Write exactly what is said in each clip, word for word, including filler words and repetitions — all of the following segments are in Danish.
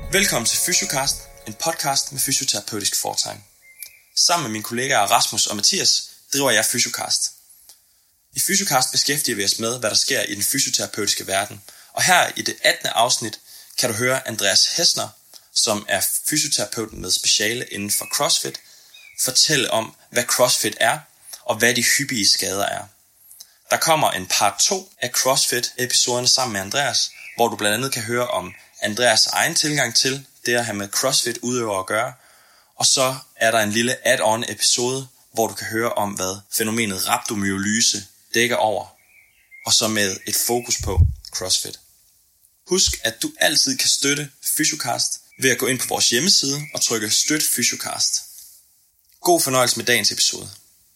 Velkommen til Fysiocast, en podcast med fysioterapeutisk fortegn. Sammen med mine kollegaer Rasmus og Mathias driver jeg Fysiocast. I Fysiocast beskæftiger vi os med, hvad der sker i den fysioterapeutiske verden. Og her i det attende afsnit kan du høre Andreas Hessner, som er fysioterapeut med speciale inden for CrossFit, fortælle om, hvad CrossFit er og hvad de hyppige skader er. Der kommer en part to af CrossFit-episoderne sammen med Andreas, hvor du blandt andet kan høre om Andreas' egen tilgang til det at have med CrossFit-udøvere at gøre. Og så er der en lille add-on episode, hvor du kan høre om, hvad fænomenet rhabdomyolyse dækker over, og så med et fokus på CrossFit. Husk, at du altid kan støtte Fysiocast ved at gå ind på vores hjemmeside og trykke Støt Fysiocast. God fornøjelse med dagens episode.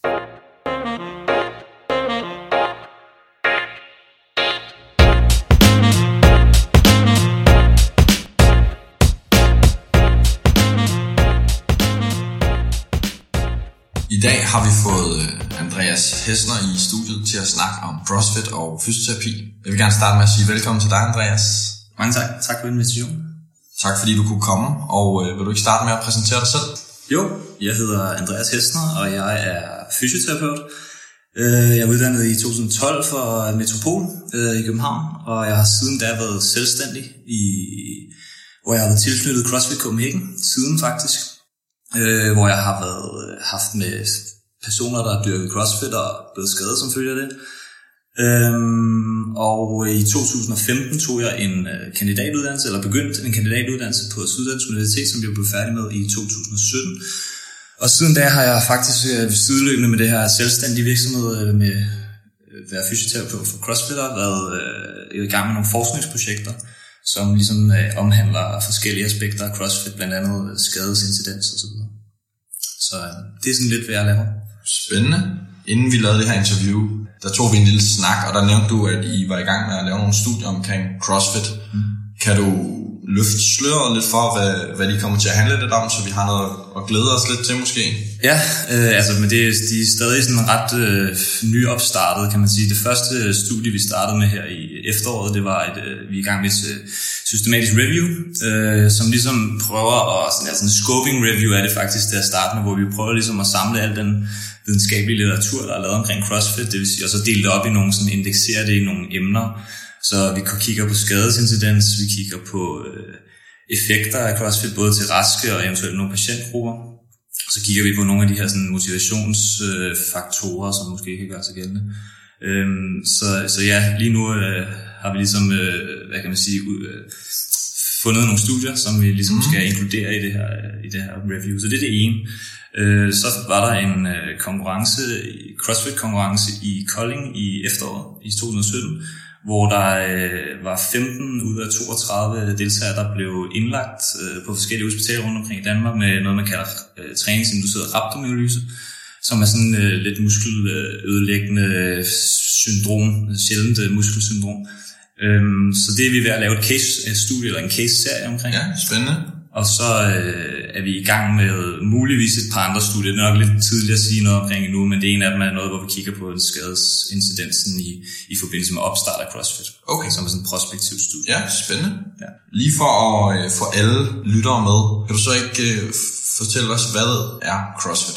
I dag har vi fået Andreas Hessner i studiet til at snakke om CrossFit og fysioterapi. Jeg vil gerne starte med at sige velkommen til dig, Andreas. Mange tak. Tak for invitationen. Tak fordi du kunne komme, og øh, vil du ikke starte med at præsentere dig selv? Jo, jeg hedder Andreas Hessner, og jeg er fysioterapeut. Jeg er uddannet i to tusind og tolv for Metropol i København, og jeg har siden da været selvstændig, i, hvor jeg har været tilknyttet CrossFit Copenhagen siden faktisk. Øh, hvor jeg har været, haft med personer, der har dyrket CrossFit og blevet skadet som følge af det. Øhm, og i to tusind og femten tog jeg en kandidatuddannelse, eller begyndte en kandidatuddannelse på Syddansk Universitet, som jeg blev færdig med i to tusind og sytten. Og siden da har jeg faktisk sideløbende med det her selvstændige virksomhed med at være fysioterapeut for CrossFitter været øh, i gang med nogle forskningsprojekter, som ligesom øh, omhandler forskellige aspekter af CrossFit, blandt andet skadesincidens og så videre. Så øh, det er sådan lidt, hvad jeg laver. Spændende. Inden vi lavede det her interview, der tog vi en lille snak, og der nævnte du, at I var i gang med at lave nogle studier omkring CrossFit. Mm. Kan du løfte sløret lidt for, hvad, hvad de kommer til at handle lidt om, så vi har noget at glæde os lidt til måske? Ja, øh, altså men det, de er stadig sådan ret øh, nyopstartet, kan man sige. Det første studie, vi startede med her i efteråret, det var, et, øh, vi er i gang med et øh, systematisk review, øh, som ligesom prøver at, sådan, altså en scoping review er det faktisk til at starte med, hvor vi prøver ligesom at samle al den videnskabelige litteratur, der er lavet omkring CrossFit, det vil sige, og så dele det op i nogle, sådan indeksere det i nogle emner. Så vi kigger på skadesincidens, vi kigger på øh, effekter af CrossFit, både til raske og eventuelt nogle patientgrupper. Og så kigger vi på nogle af de her sådan, motivationsfaktorer, øh, som måske kan gøre sig gældende. Øhm, så, så ja, lige nu øh, har vi ligesom, øh, hvad kan man sige, øh, fundet nogle studier, som vi ligesom mm. skal inkludere i det her, i det her review. Så det er det ene. Øh, så var der en øh, konkurrence, CrossFit-konkurrence i Kolding i efteråret i to tusind og sytten, hvor der øh, var femten ud af toogtredive deltagere, der blev indlagt øh, på forskellige hospitaler rundt omkring i Danmark med noget, man kalder øh, træningsinduceret rhabdomyolyse, som er sådan øh, lidt muskelødelæggende syndrom, sjældent øh, muskelsyndrom. Øhm, så det er vi ved at lave et case-studie eller en case-serie omkring. Ja, spændende. Og så øh, er vi i gang med muligvis et par andre studier. Det er nok lidt tidligt at sige noget omkring endnu, men det ene af dem er noget, hvor vi kigger på skadesincidensen i, i forbindelse med opstart af CrossFit. Okay. Som er sådan et prospektivt studie. Ja, spændende. Ja. Lige for at øh, få alle lyttere med, kan du så ikke øh, fortælle os, hvad er CrossFit?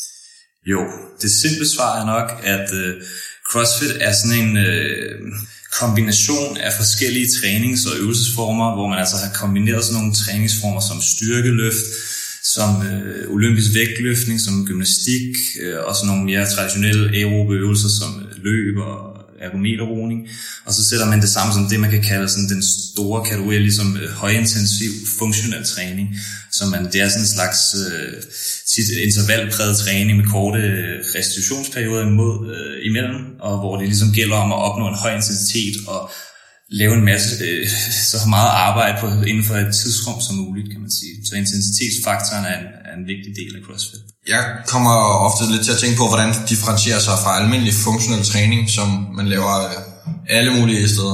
Jo, det simple svar er nok, at øh, CrossFit er sådan en øh, kombination af forskellige trænings- og øvelsesformer, hvor man altså har kombineret sådan nogle træningsformer som styrkeløft, som øh, olympisk vægtløftning, som gymnastik, øh, og sådan nogle mere traditionelle aerobe øvelser som løb og ergometerroning. Og så sætter man det sammen som det, man kan kalde sådan den store kategori, ligesom øh, højintensiv funktionel træning. Så man, det er sådan en slags øh, tit intervalpræget træning med korte restitutionsperioder imod, øh, imellem, og hvor det ligesom gælder om at opnå en høj intensitet og lave en masse, øh, så meget arbejde på, inden for et tidsrum som muligt, kan man sige. Så intensitetsfaktoren er en, er en vigtig del af CrossFit. Jeg kommer ofte lidt til at tænke på, hvordan det differentierer sig fra almindelig funktionel træning, som man laver alle mulige steder.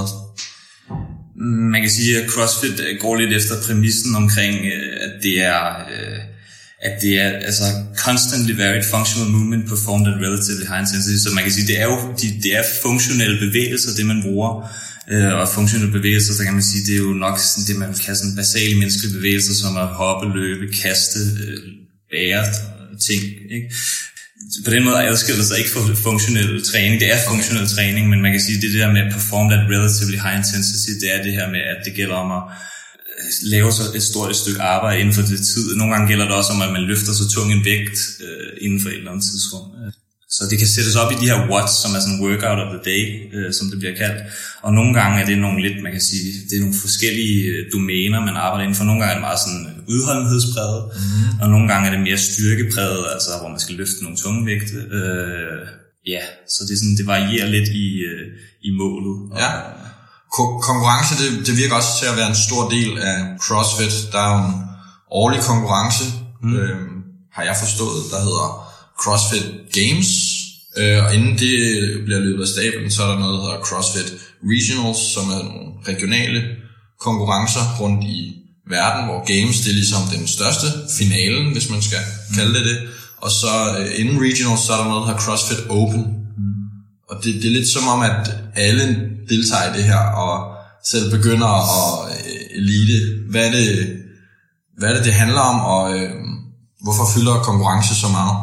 Man kan sige, at CrossFit går lidt efter præmissen omkring, at det er, at det er altså constantly varied functional movement performed at relatively high intensity. Så man kan sige, det er jo det er funktionelle bevægelser, det man bruger. Øh, og funktionelle bevægelser, så kan man sige, det er jo nok sådan det, man kan kalde sådan basale menneskelige bevægelser, som at hoppe, løbe, kaste, øh, bære ting, ikke? På den måde adskiller det sig ikke for funktionel træning. Det er funktionel træning, men man kan sige, det der med at perform that relatively high intensity, det er det her med, at det gælder om at lave så et stort stykke arbejde inden for det tid. Nogle gange gælder det også om, at man løfter så tung en vægt øh, inden for et eller andet tidsrum. Så det kan sættes op i de her watts, som er sådan workout of the day, øh, som det bliver kaldt. Og nogle gange er det nogle lidt, man kan sige, det er nogle forskellige domæner, man arbejder inden for. Nogle gange er det meget sådan udholdenhedspræget, mm-hmm. og nogle gange er det mere styrkepræget, altså hvor man skal løfte nogle tunge vægte. Øh, ja, så det, er sådan, det varierer lidt i, øh, i målet. Ja. Ko- konkurrence, det, det virker også til at være en stor del af CrossFit. Der er jo en årlig konkurrence, mm. øh, har jeg forstået, der hedder CrossFit Games, øh, og inden det bliver løbet af stablen, så er der noget, der hedder CrossFit Regionals, som er nogle regionale konkurrencer rundt i verden, hvor Games, det er ligesom den største finalen, hvis man skal mm. kalde det det, og så øh, inden Regionals, så er der noget, der hedder CrossFit Open, mm. og det, det er lidt som om, at alle deltager i det her, og selv begynder at øh, elite. Hvad er det, hvad er det, det handler om, og øh, hvorfor fylder konkurrence så meget?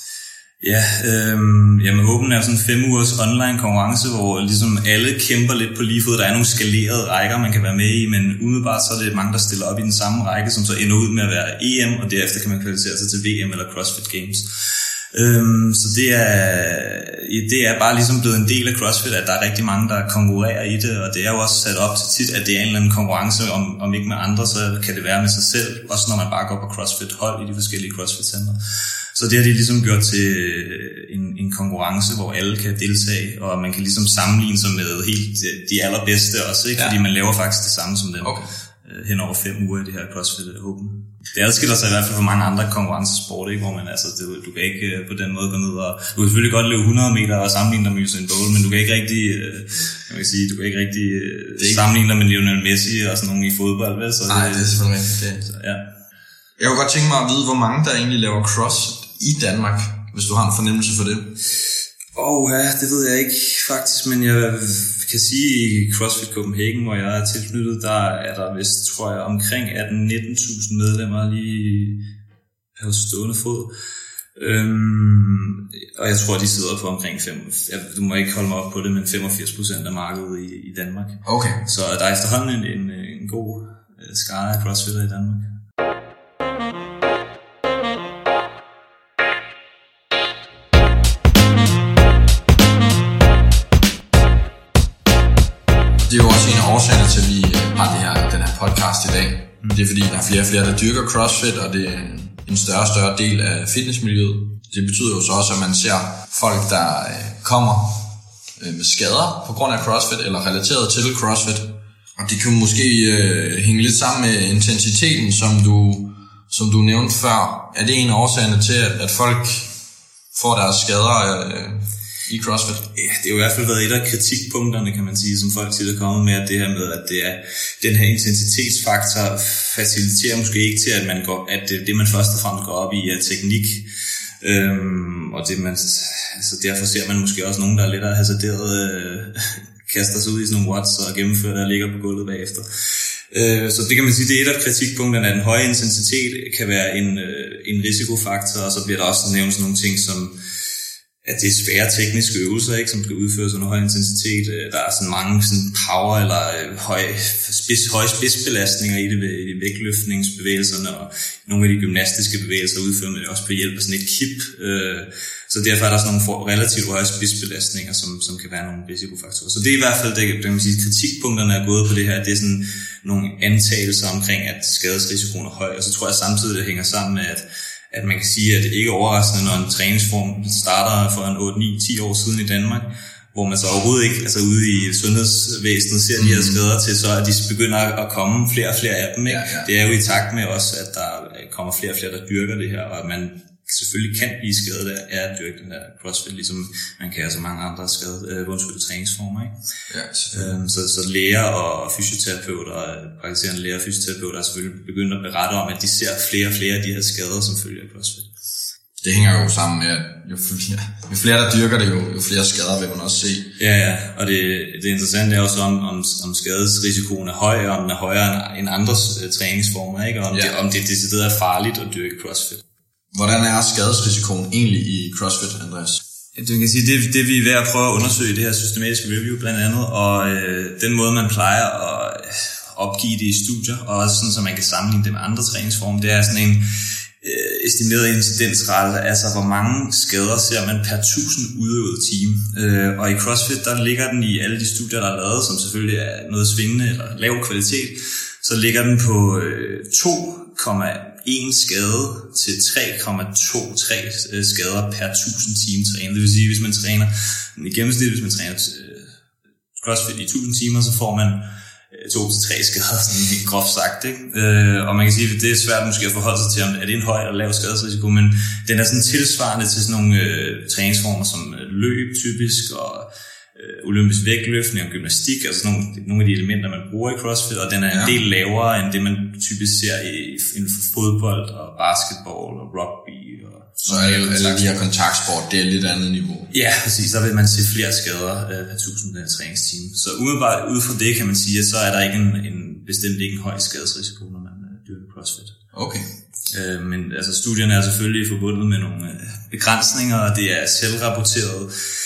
Ja, øhm, jamen Open er sådan en fem ugers online konkurrence, hvor ligesom alle kæmper lidt på lige fod. Der er nogle skalerede rækker, man kan være med i, men umiddelbart så er det mange, der stiller op i den samme række, som så ender ud med at være E M, og derefter kan man kvalificere sig til V M eller CrossFit Games. Øhm, så det er, det er bare ligesom blevet en del af CrossFit, at der er rigtig mange, der konkurrerer i det, og det er jo også sat op til tit, at det er en eller anden konkurrence, om, om ikke med andre, så kan det være med sig selv, også når man bare går på CrossFit-hold i de forskellige CrossFit-centre. Så det har de ligesom gjort til en, en konkurrence, hvor alle kan deltage, og man kan ligesom sammenligne sig med helt de allerbedste også, ikke? Ja. Fordi man laver faktisk det samme som dem okay. hen over fem uger i det her CrossFit Open. Det adskiller sig i hvert fald fra mange andre konkurrencesport, ikke? Hvor man altså, det, du kan ikke på den måde gå ned og, du kan selvfølgelig godt løbe hundrede meter og sammenligne dig med Usain Bolt, men du kan ikke rigtig, kan man sige, du kan ikke rigtig ikke sammenligne dig med Lionel Messi og sådan nogen i fodbold, vel? Så nej, det, det er selvfølgelig rigtigt. Det. Så, ja. Jeg kunne godt tænke mig at vide, hvor mange der egentlig laver CrossFit i Danmark, hvis du har en fornemmelse for det. Åh oh, ja, det ved jeg ikke faktisk, men jeg kan sige, i CrossFit Copenhagen, hvor jeg er tilknyttet, der er der vist, tror jeg, omkring atten til nitten tusind medlemmer lige på stående fod. Øhm, og jeg tror, de sidder for omkring fem, jeg, du må ikke holde mig op på det, men femogfirs procent af markedet i, i Danmark. Okay. Så der er efterhånden en, en, en god skare af CrossFitter i Danmark. Det er jo også en af årsagerne til, at vi har det her, den her podcast i dag. Mm. Det er fordi, der er flere og flere, der dyrker CrossFit, og det er en større og større del af fitnessmiljøet. Det betyder jo så også, at man ser folk, der kommer med skader på grund af CrossFit, eller relateret til CrossFit. Og det kan måske øh, hænge lidt sammen med intensiteten, som du, som du nævnte før. Er det en af årsagerne til, at, at folk får deres skader øh, i CrossFit? Ja, det har jo i hvert fald været et af kritikpunkterne, kan man sige, som folk tit er kommet med, at det her med, at det er den her intensitetsfaktor faciliterer måske ikke til, at man går, at det, det man først og fremmest går op i, er teknik. Øhm, og det man, altså derfor ser man måske også nogen, der er lidt af hasarderet, øh, kaster sig ud i sådan nogle watts og gennemfører det og ligger på gulvet bagefter. Øh, så det kan man sige, det er et af kritikpunkterne, at en høj intensitet kan være en, øh, en risikofaktor, og så bliver der også nævnt sådan nogle ting som at det er svære tekniske øvelser, ikke, som skal udføres under høj intensitet. Der er sådan mange sådan power eller høj, spids, høje spidsbelastninger i det ved i vægtløftningsbevægelserne, og nogle af de gymnastiske bevægelser udfører man også på hjælp af sådan et kip. Så derfor er der sådan nogle relativt høje spidsbelastninger, som, som kan være nogle risikofaktorer. Så det er i hvert fald, det kan man sige, kritikpunkterne er gået på det her. Det er sådan nogle antagelser omkring, at skadesrisikoen er høj, og så tror jeg samtidig, det hænger sammen med, at at man kan sige, at det ikke er overraskende, når en træningsform starter for en otte ni ti år siden i Danmark, hvor man så overhovedet ikke, altså ude i sundhedsvæsenet, ser de her skader til, så at de begynder at komme flere og flere af dem. Ikke? Ja, ja. Det er jo i takt med også, at der kommer flere og flere, der dyrker det her, og at man selvfølgelig kan blive skadet af at dyrke den der CrossFit, ligesom man kan have så mange andre skade, øh, undskyld, træningsformer. Ikke? Ja, øhm, så, så læger og fysioterapeuter, praktiserende læger og fysioterapeuter er selvfølgelig begyndt at berette om, at de ser flere og flere af de her skader, som følger af CrossFit. Det hænger jo sammen med, at jo flere, jo flere der dyrker det, jo, jo flere skader vil man også se. Ja, ja, og det, det interessante er jo så, om, om, om skadesrisikoen er høj, og om den er højere end andres uh, træningsformer, ikke? Og om, ja. det, om det decideret er farligt at dyrke CrossFit. Hvordan er skadesrisikoen egentlig i CrossFit, Andreas? Du kan sige, det, det vi er ved at prøve at undersøge i det her systematiske review blandt andet, og øh, den måde man plejer at opgive det i studier, og også sådan, så man kan sammenligne det med andre træningsformer, det er sådan en øh, estimeret incidensrate, altså hvor mange skader ser man per tusind udøvede time. Øh, og i CrossFit, der ligger den i alle de studier, der er lavet, som selvfølgelig er noget svingende eller lav kvalitet, så ligger den på øh, to komma en skade til tre komma toogtres skader per tusind timer trænet. Det vil sige, hvis man træner i gennemsnit, hvis man træner øh, CrossFit i tusind timer, så får man to til tre skader, sådan helt groft sagt, ikke? Øh, og man kan sige, at det er svært måske at forholde sig til, om er det en høj eller lav skadesrisiko, men den er sådan tilsvarende til sådan nogle øh, træningsformer som løb typisk, og øh, olympisk vægtløftning og gymnastik, altså sådan nogle, nogle af de elementer, man bruger i CrossFit, og den er en ja. del lavere end det, man typisk ser i, inden for fodbold og basketball og rugby. Og så alle, alle de her kontaktsport, det er lidt andet niveau. Ja, præcis. Så vil man se flere skader øh, per tusind træningstime. Så umiddelbart ud fra det kan man sige, at så er der ikke en, en bestemt ikke en høj skadesrisiko, når man øh, dyrker CrossFit. Okay. Øh, men altså studierne er selvfølgelig forbundet med nogle øh, begrænsninger, og det er selvrapporteret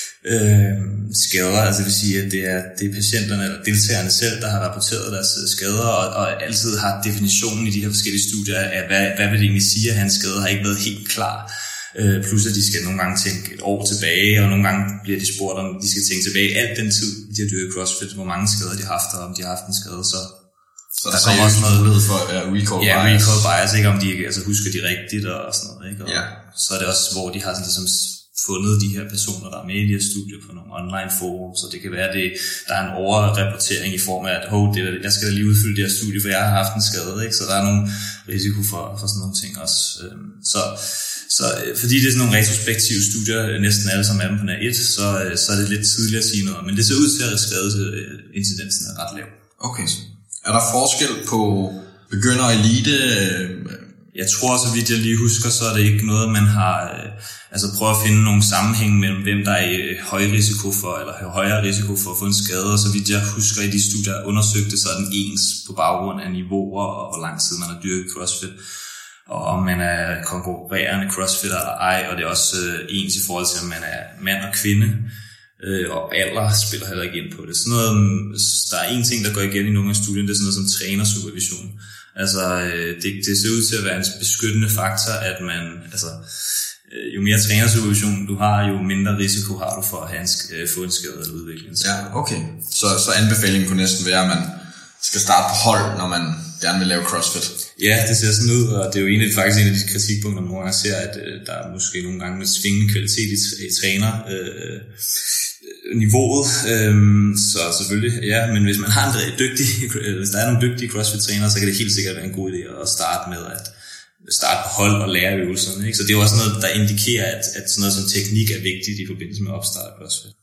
øh, skader. Altså det vil sige, at det er, det er patienterne eller deltagerne selv, der har rapporteret deres skader, og, og altid har definitionen i de her forskellige studier af, hvad, hvad vil det egentlig sige, at hans skade har ikke været helt klar. Øh, plus at de skal nogle gange tænke et år tilbage, og nogle gange bliver de spurgt, om de skal tænke tilbage alt den tid, de har dyrket CrossFit, hvor mange skader de har haft, og om de har haft en skade, så så der, der kommer også noget mulighed for uh, recall ja, bias. Ja, recall bias, ikke om de altså, husker de rigtigt og sådan noget, ikke? Og ja. så er det også, hvor de har sådan, ligesom fundet de her personer, der er med i de her studier på nogle online forum, så det kan være, at det, der er en overrapportering i form af, at oh, det, jeg skal da lige udfylde det her studie, for jeg har haft en skade, ikke? Så der er nogle risiko for, for sådan nogle ting også. Så, så fordi det er sådan nogle retrospektive studier, næsten alle som er dem på nær et, så, så er det lidt tidligt at sige noget, men det ser ud til, at skadesincidensen er ret lav. Okay, er der forskel på begynder og elite? Jeg tror, så vidt jeg lige husker, så er det ikke noget, man har altså prøvet at finde nogle sammenhæng mellem hvem der er i høj risiko for, eller højere risiko for at få en skade, og så vidt jeg husker i de studier, jeg undersøgte, så er den ens på baggrund af niveauer, og hvor lang tid man har dyrket CrossFit, og om man er konkurrerende CrossFit eller ej, og det er også ens i forhold til, om man er mand og kvinde, og alder spiller heller ikke ind på det. Sådan noget, der er en ting, der går igen i nogle af studierne, det er sådan noget som trænersupervision. Altså, det, det ser ud til at være en beskyttende faktor, at man, altså, jo mere trænersupervision du har, jo mindre risiko har du for at have en, få en skade eller udvikle en skade. Ja, okay. Så, så anbefalingen kunne næsten være, at man skal starte på hold, når man gerne vil lave CrossFit. Ja, det ser sådan ud, og det er jo egentlig faktisk en af de kritikpunkter, man nogle gange ser, at øh, der er måske nogle gange med svingende kvalitet i, i træner øh, niveauet. Øhm, så selvfølgelig, ja, men hvis man har en dygtig, hvis der er nogle dygtige CrossFit-trænere, så kan det helt sikkert være en god idé at starte med at starte på hold og lære øvelserne. Ikke? Så det er jo også noget, der indikerer, at, at sådan noget som teknik er vigtigt i forbindelse med opstart af CrossFit.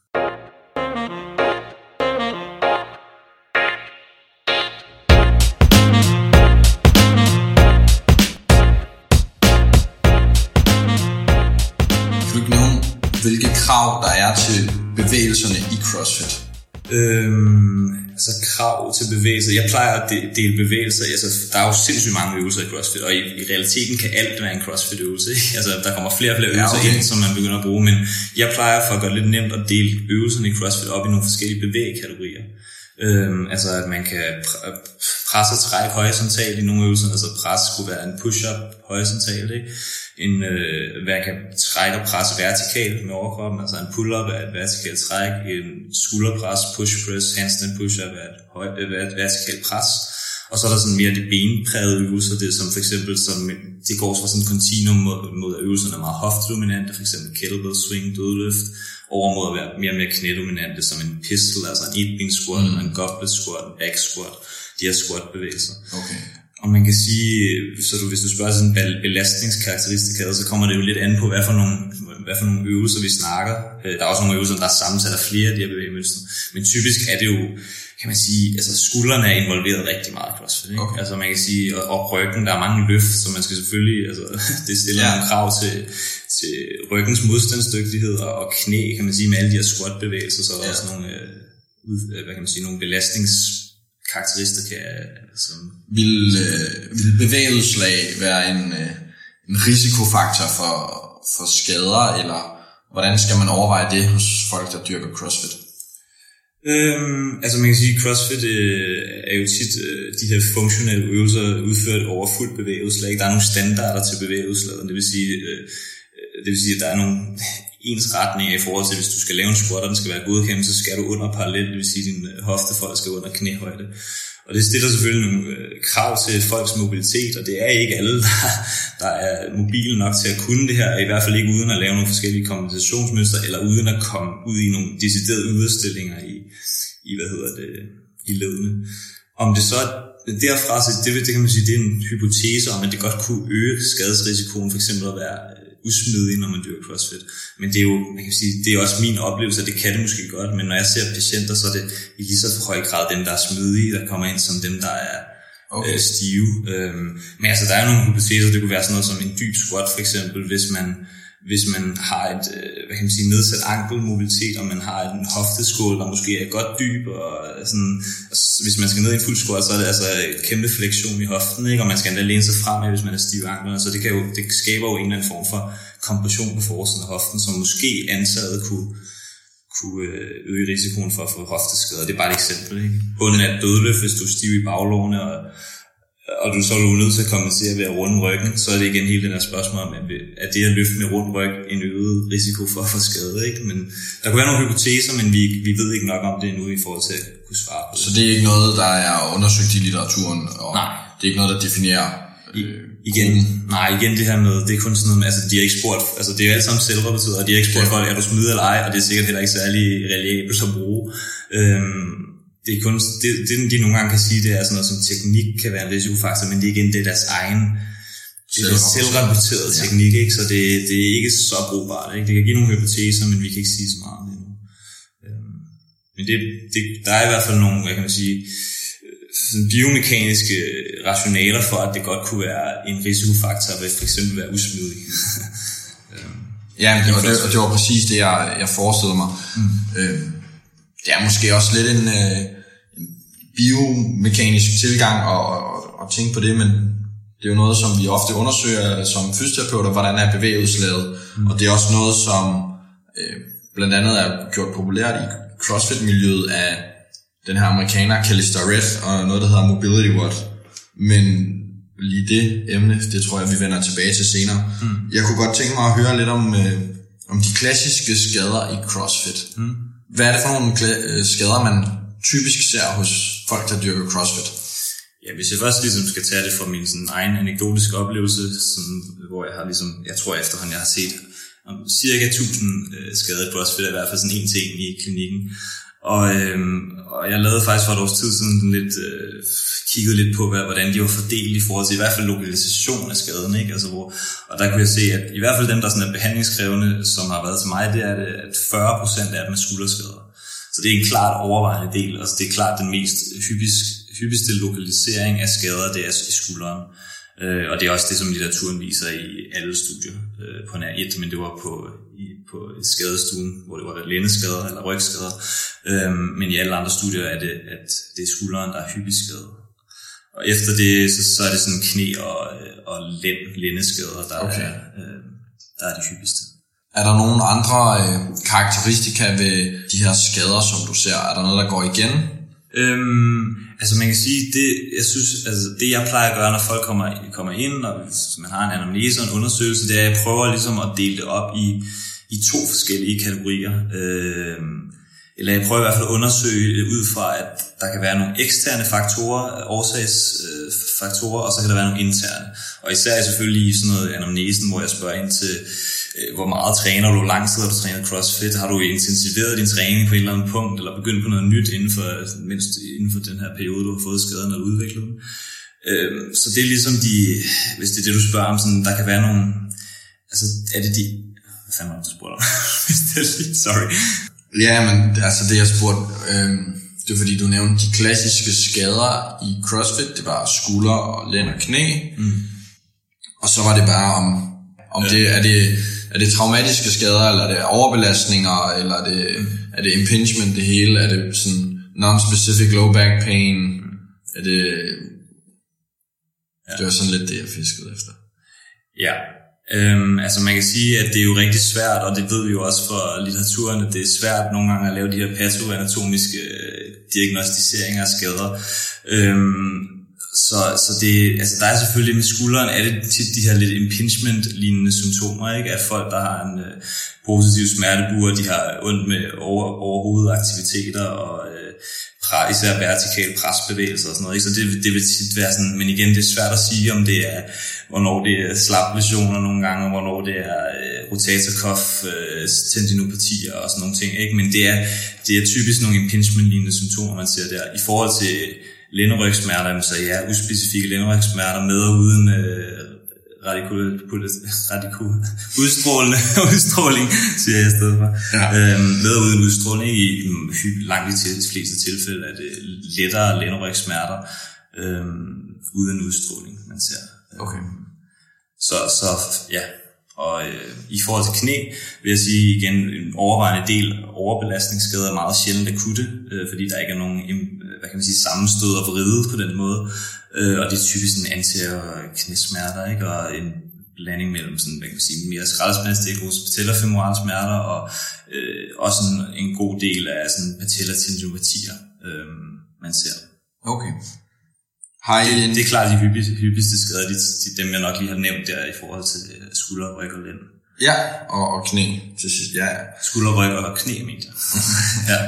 Hvilke krav der er til bevægelserne i CrossFit? Øhm, altså krav til bevægelser. Jeg plejer at dele bevægelser. Altså, der er jo sindssygt mange øvelser i CrossFit, og i, i realiteten kan alt være en CrossFit-øvelse. Ikke? Altså, der kommer flere og flere øvelser ja, okay. ind, som man begynder at bruge. Men jeg plejer for at gøre det lidt nemt at dele øvelserne i CrossFit op i nogle forskellige bevægekategorier. Øhm, altså, at man kan pr- presse og trække horisontalt i nogle øvelser. Altså, pres kunne være en push-up horisontalt, ikke? En, øh, man kan trække og presse vertikalt med overkroppen, altså en pull-up er et vertikalt træk, en skulderpres, push-press, handstand push-up er et, høj, et vertikalt pres, og så er der sådan mere de benprægede øvelser, det er som for eksempel, som, det går fra sådan en kontinuum mod, mod øvelserne er meget hoftedominante, for eksempel kettlebell swing, dødløft, over mod at være mere og mere knædominante, som en pistol, altså en etben squat, mm. en goblet squat, en back squat, de her squat bevægelser. Okay. Og man kan sige, så du, hvis du spørger sådan en belastningskarakteristika, så kommer det jo lidt an på, hvad for nogle, hvad for nogle øvelser vi snakker. Der er også nogle øvelser, der er sammensat af flere af de her bevægemønstre. Men typisk er det jo, kan man sige, altså skuldrene er involveret rigtig meget i CrossFit, ikke? Okay. Altså man kan sige, og, og ryggen, der er mange løft, så man skal selvfølgelig, altså det stiller ja. nogle krav til, til ryggens modstandsdygtighed og, og knæ, kan man sige, med alle de her squat-bevægelser, så er der ja. også nogle, øh, hvad kan man sige, nogle belastningskarakteristikker. Som vil, øh, vil bevægelseslag være en, øh, en risikofaktor for, for skader, eller hvordan skal man overveje det hos folk, der dyrker CrossFit? Øhm, altså man kan sige, at CrossFit øh, er jo tit øh, de her funktionelle øvelser udført over fuldt bevægelseslag. Der er nogle standarder til bevægelseslaget, det vil sige, øh, det vil sige, at der er nogle ensretninger i forhold til, hvis du skal lave en squat, og den skal være godkendt, så skal du under parallel, det vil sige, at din hoftefold skal under knæhøjde. Og det stiller selvfølgelig nogle øh, krav til folks mobilitet, og det er ikke alle, der, der er mobile nok til at kunne det her, i hvert fald ikke uden at lave nogle forskellige kompensationsmønstre, eller uden at komme ud i nogle deciderede udstillinger i, i hvad hedder det, i ledene. Om det så derfra, så det, det kan man sige, det er en hypotese om, at det godt kunne øge skadesrisikoen, for eksempel at være usmidig, når man dyrker CrossFit. Men det er jo, man kan sige, det er også min oplevelse, at det kan det måske godt, men når jeg ser patienter, så er det i lige så høj grad dem, der er smidige, der kommer ind, som dem, der er okay. øh, stive. Øhm, men altså, der er nogle hypoteser, det kunne være sådan noget som en dyb squat, for eksempel, hvis man, hvis man har et, øh, hvad kan man sige, nedsat ankelmobilitet, og man har en hofteskål, der måske er godt dyb, og sådan, og hvis man skal ned i en fuld squat, så er det altså et kæmpe fleksion i hoften, ikke? Og man skal endda læne sig fremad, hvis man er stiv i anklerne, så det, kan jo, det skaber jo en eller anden form for kompression på forsiden af hoften, som måske antaget kunne, kunne øge risikoen for at få hofteskader. Det er bare et eksempel, ikke? Bunden af et dødløft, hvis du er stiv i baglårene, og og du så er du nødt til at kompensere ved at runde ryggen, så er det igen hele den her spørgsmål om, at det at løfte med rundt ryg en øget risiko for at få skade, ikke? Men der kunne være nogle hypoteser, men vi, vi ved ikke nok om det endnu i forhold til at kunne svare på det. Så det er ikke noget, der er undersøgt i litteraturen, og nej. Det er ikke noget, der definerer I, igen, nej, igen det her med, det er kun sådan noget, altså de har ikke spurgt, altså det er jo alt sammen selvrelateret, og de har ikke spurgt folk, er du smidig eller ej, og det er sikkert heller ikke særlig reliabelt at bruge. Øhm, Det er kun, det, det, de nogle gange kan sige, det er sådan noget som teknik kan være en risikofaktor, men det er igen det er deres egen selvrapporterede teknik, ikke? Så det, det er ikke så brugbart, ikke? Det kan give nogle hypoteser, men vi kan ikke sige så meget om det endnu. Men det, det, der er i hvert fald nogle, hvad kan man sige, sådan biomekaniske rationaler for, at det godt kunne være en risikofaktor ved for eksempel være usmidig. Ja, det var, det, og det var præcis det, jeg, jeg forestillede mig. Mm. Øh, det er måske også lidt en, øh, en biomekanisk tilgang at, at, at tænke på det, men det er jo noget, som vi ofte undersøger som fysioterapeuter, hvordan er bevægelseslaget, mm. og det er også noget, som øh, blandt andet er gjort populært i CrossFit-miljøet af den her amerikaner Kelly Starrett og noget, der hedder Mobility Watt. Men lige det emne, det tror jeg, vi vender tilbage til senere. Mm. Jeg kunne godt tænke mig at høre lidt om, øh, om de klassiske skader i CrossFit. Mm. Hvad er det for nogle skader, man typisk ser hos folk, der dyrker CrossFit? Ja, hvis jeg først ligesom skal tage det fra min sådan, egen anekdotiske oplevelse, sådan, hvor jeg har ligesom, jeg tror efterhånden, jeg har set om cirka tusind øh, skader CrossFit, i hvert fald sådan en til en i klinikken. Og, øhm, og jeg lavede faktisk for et års tid siden lidt, øh, kiggede lidt på, hvad, hvordan de var fordelt i forhold til i hvert fald lokalisation af skaden, ikke? Altså, hvor, og der kunne jeg se, at i hvert fald dem, der sådan er behandlingskrævende, som har været til mig, det er, at fyrre procent af dem er skulderskader. Så det er en klart overvejende del, altså det er klart den mest hyppigste, hyppigste lokalisering af skader, det er i skulderen. Øh, og det er også det, som litteraturen viser i alle studier øh, på nær et, men det var på, i, på skadestuen, hvor det var lændeskader eller rygskader. Øh, men i alle andre studier er det, at det er skulderen, der er hyppigt skadet. Og efter det, så, så er det sådan knæ og, og lænd, lændeskader, der, okay. er, øh, der er de hyppigste. Er der nogle andre øh, karakteristika ved de her skader, som du ser? Er der noget, der går igen? Øhm, altså man kan sige, det, jeg synes, altså det jeg plejer at gøre, når folk kommer, kommer ind, og man har en anamnese og en undersøgelse, det er, at jeg prøver ligesom at dele det op i, i to forskellige kategorier. Øhm, eller jeg prøver i hvert fald at undersøge ud fra, at der kan være nogle eksterne faktorer, årsagsfaktorer, og så kan der være nogle interne. Og især er selvfølgelig i sådan noget anamnesen, hvor jeg spørger ind til, hvor meget træner du, hvor lang tid har du trænet CrossFit, har du intensiveret din træning på et eller andet punkt, eller begyndt på noget nyt inden for, mindst inden for den her periode, du har fået skaden eller udviklet den. Så det er ligesom de, hvis det er det, du spørger om, sådan, der kan være nogle, altså er det de, Hvad fanden var det, du spurgte om? Sorry. Ja, men altså det jeg spurgte, øh, det var fordi du nævnte de klassiske skader i CrossFit. Det var skulder og lænd og knæ. Mm. Og så var det bare om, om ja. det, er det er det traumatiske skader, eller er det overbelastninger, eller er det, mm. er det impingement det hele? Er det sådan non-specific low back pain? Er det... Ja. Det var sådan lidt det, jeg fiskede efter. Ja, øhm, altså man kan sige, at det er jo rigtig svært, og det ved vi jo også fra litteraturen, at det er svært nogle gange at lave de her patoanatomiske diagnostiseringer af skader. Øhm, så, så det, altså der er selvfølgelig med skulderen, er det tit de her lidt impingement-lignende symptomer, ikke? At folk, der har en øh, positiv smertebuer, de har ondt med over, overhovedaktiviteter og øh, pra, især vertikale presbevægelser og sådan noget, ikke? Så det, det vil tit være sådan, men igen, det er svært at sige, om det er, hvornår det er slap-lesioner nogle gange, og hvornår det er øh, rotator-cuff, øh, tendinopatier og sådan nogle ting, ikke? Men det er, det er typisk nogle impingement-lignende symptomer, man ser der. I forhold til lænderygsmerter, så ja, uspecifikke lænderygsmerter med og uden øh, radikul, radikul, udstrålende udstråling, siger jeg i stedet for. Ja. Øhm, med og uden udstråling i, i langt i de fleste tilfælde er det lettere lænderygsmerter øhm, uden udstråling, man ser. Okay. Så, så ja, og øh, i forhold til knæ vil jeg sige igen, en overvejende del overbelastningsskader er meget sjældent akutte, øh, fordi der ikke er nogen hvad kan man sige, sammenstød og vride på den måde, øh, og det er typisk en anterior knæsmerter, ikke? Og en blanding mellem sådan, hvad kan man sige, mere skraldespændsdiagnose, patellar-femoral smerter, og øh, også en, en god del af sådan patellar-tendinopatier, øh, man ser. Okay. Hej. Det, det er klart de hyppigste, hyppigste skader, de, de, dem jeg nok lige har nævnt der i forhold til skulder, ryg og lænd. Ja, og, og knæ til sidst, ja. Skulder, ryg og knæ, mente jeg. Ja.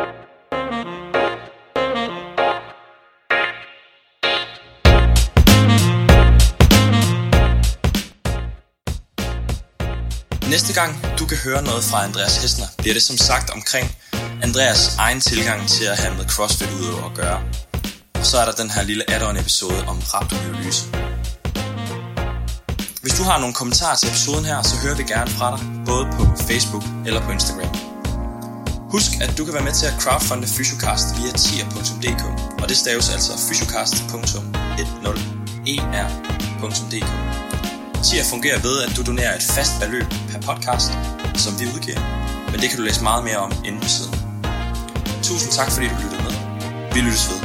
Næste gang du kan høre noget fra Andreas Hessner, bliver det som sagt omkring Andreas egen tilgang til at have med CrossFit-udøvere at gøre. Og så er der den her lille add-on episode om rhabdomyolyse. Hvis du har nogle kommentarer til episoden her, så hører vi gerne fra dig, både på Facebook eller på Instagram. Husk, at du kan være med til at crowdfunde Fysiocast via tier punktum d k, og det staves altså fysiocast punktum ti er punktum d k. Tier fungerer ved, at du donerer et fast beløb per podcast, som vi udgiver, men det kan du læse meget mere om inde på siden. Tusind tak, fordi du lyttede med. Vi lyttes ved.